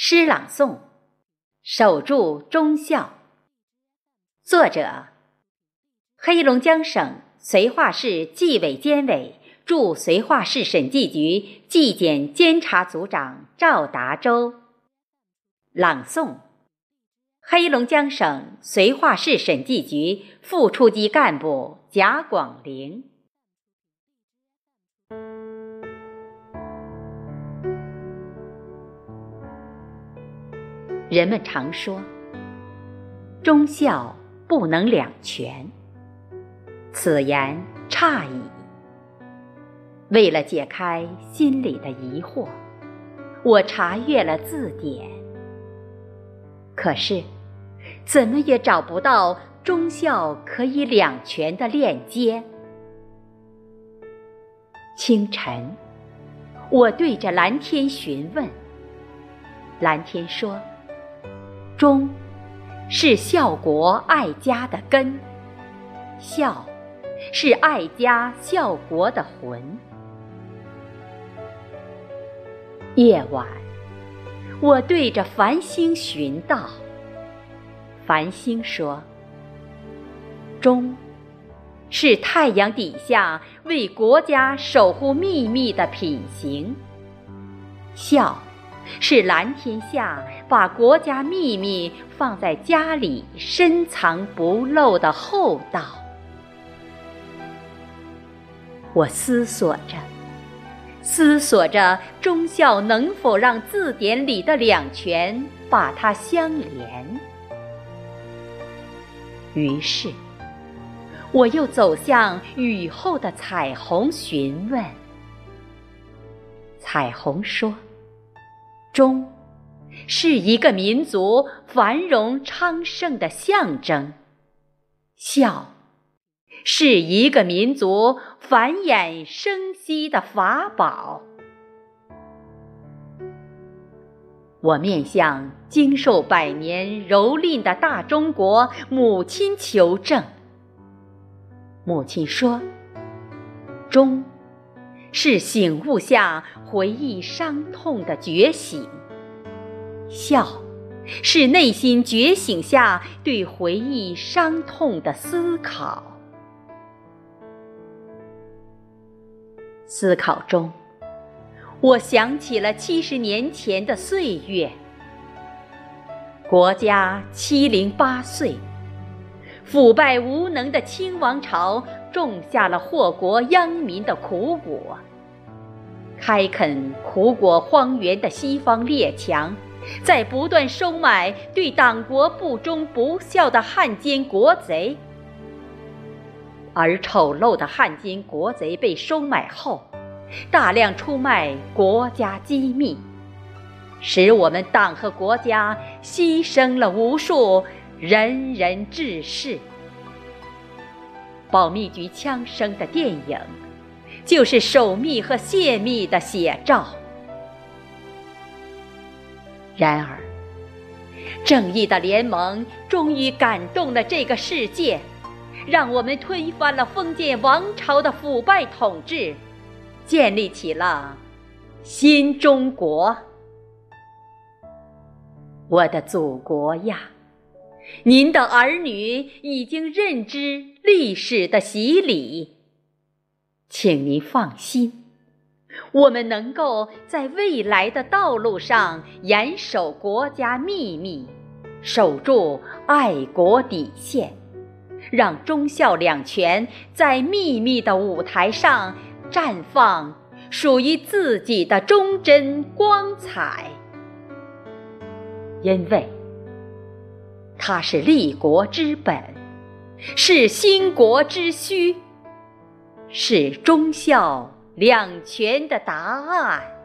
诗朗诵，守住忠孝。作者：黑龙江省绥化市纪委监委驻绥化市审计局纪检监察组长赵达洲。朗诵：黑龙江省绥化市审计局副处级干部贾广玲。人们常说，忠孝不能两全，此言差矣。为了解开心里的疑惑，我查阅了字典，可是怎么也找不到忠孝可以两全的链接。清晨，我对着蓝天询问，蓝天说，忠是孝国爱家的根，孝是爱家孝国的魂。夜晚，我对着繁星寻道，繁星说，忠是太阳底下为国家守护秘密的品行，孝是蓝天下把国家秘密放在家里深藏不露的厚道。我思索着忠孝能否让字典里的两全把它相连。于是我又走向雨后的彩虹询问，彩虹说，忠是一个民族繁荣昌盛的象征，孝是一个民族繁衍生息的法宝。我面向经受百年蹂躏的大中国母亲求证，母亲说，忠是醒悟下回忆伤痛的觉醒，孝是内心觉醒下对回忆伤痛的思考。思考中，我想起了70年前的岁月，国家708岁，腐败无能的清王朝种下了祸国殃民的苦果，开垦苦果荒原的西方列强在不断收买对党国不忠不孝的汉奸国贼，而丑陋的汉奸国贼被收买后，大量出卖国家机密，使我们党和国家牺牲了无数仁人志士。保密局枪声的电影就是守密和泄密的写照。然而，正义的联盟终于感动了这个世界，让我们推翻了封建王朝的腐败统治，建立起了新中国。我的祖国呀，您的儿女已经认知历史的洗礼，请您放心，我们能够在未来的道路上严守国家秘密，守住爱国底线，让忠孝两全在秘密的舞台上绽放属于自己的忠贞光彩。因为它是立国之本，是兴国之需，是忠孝两全的答案。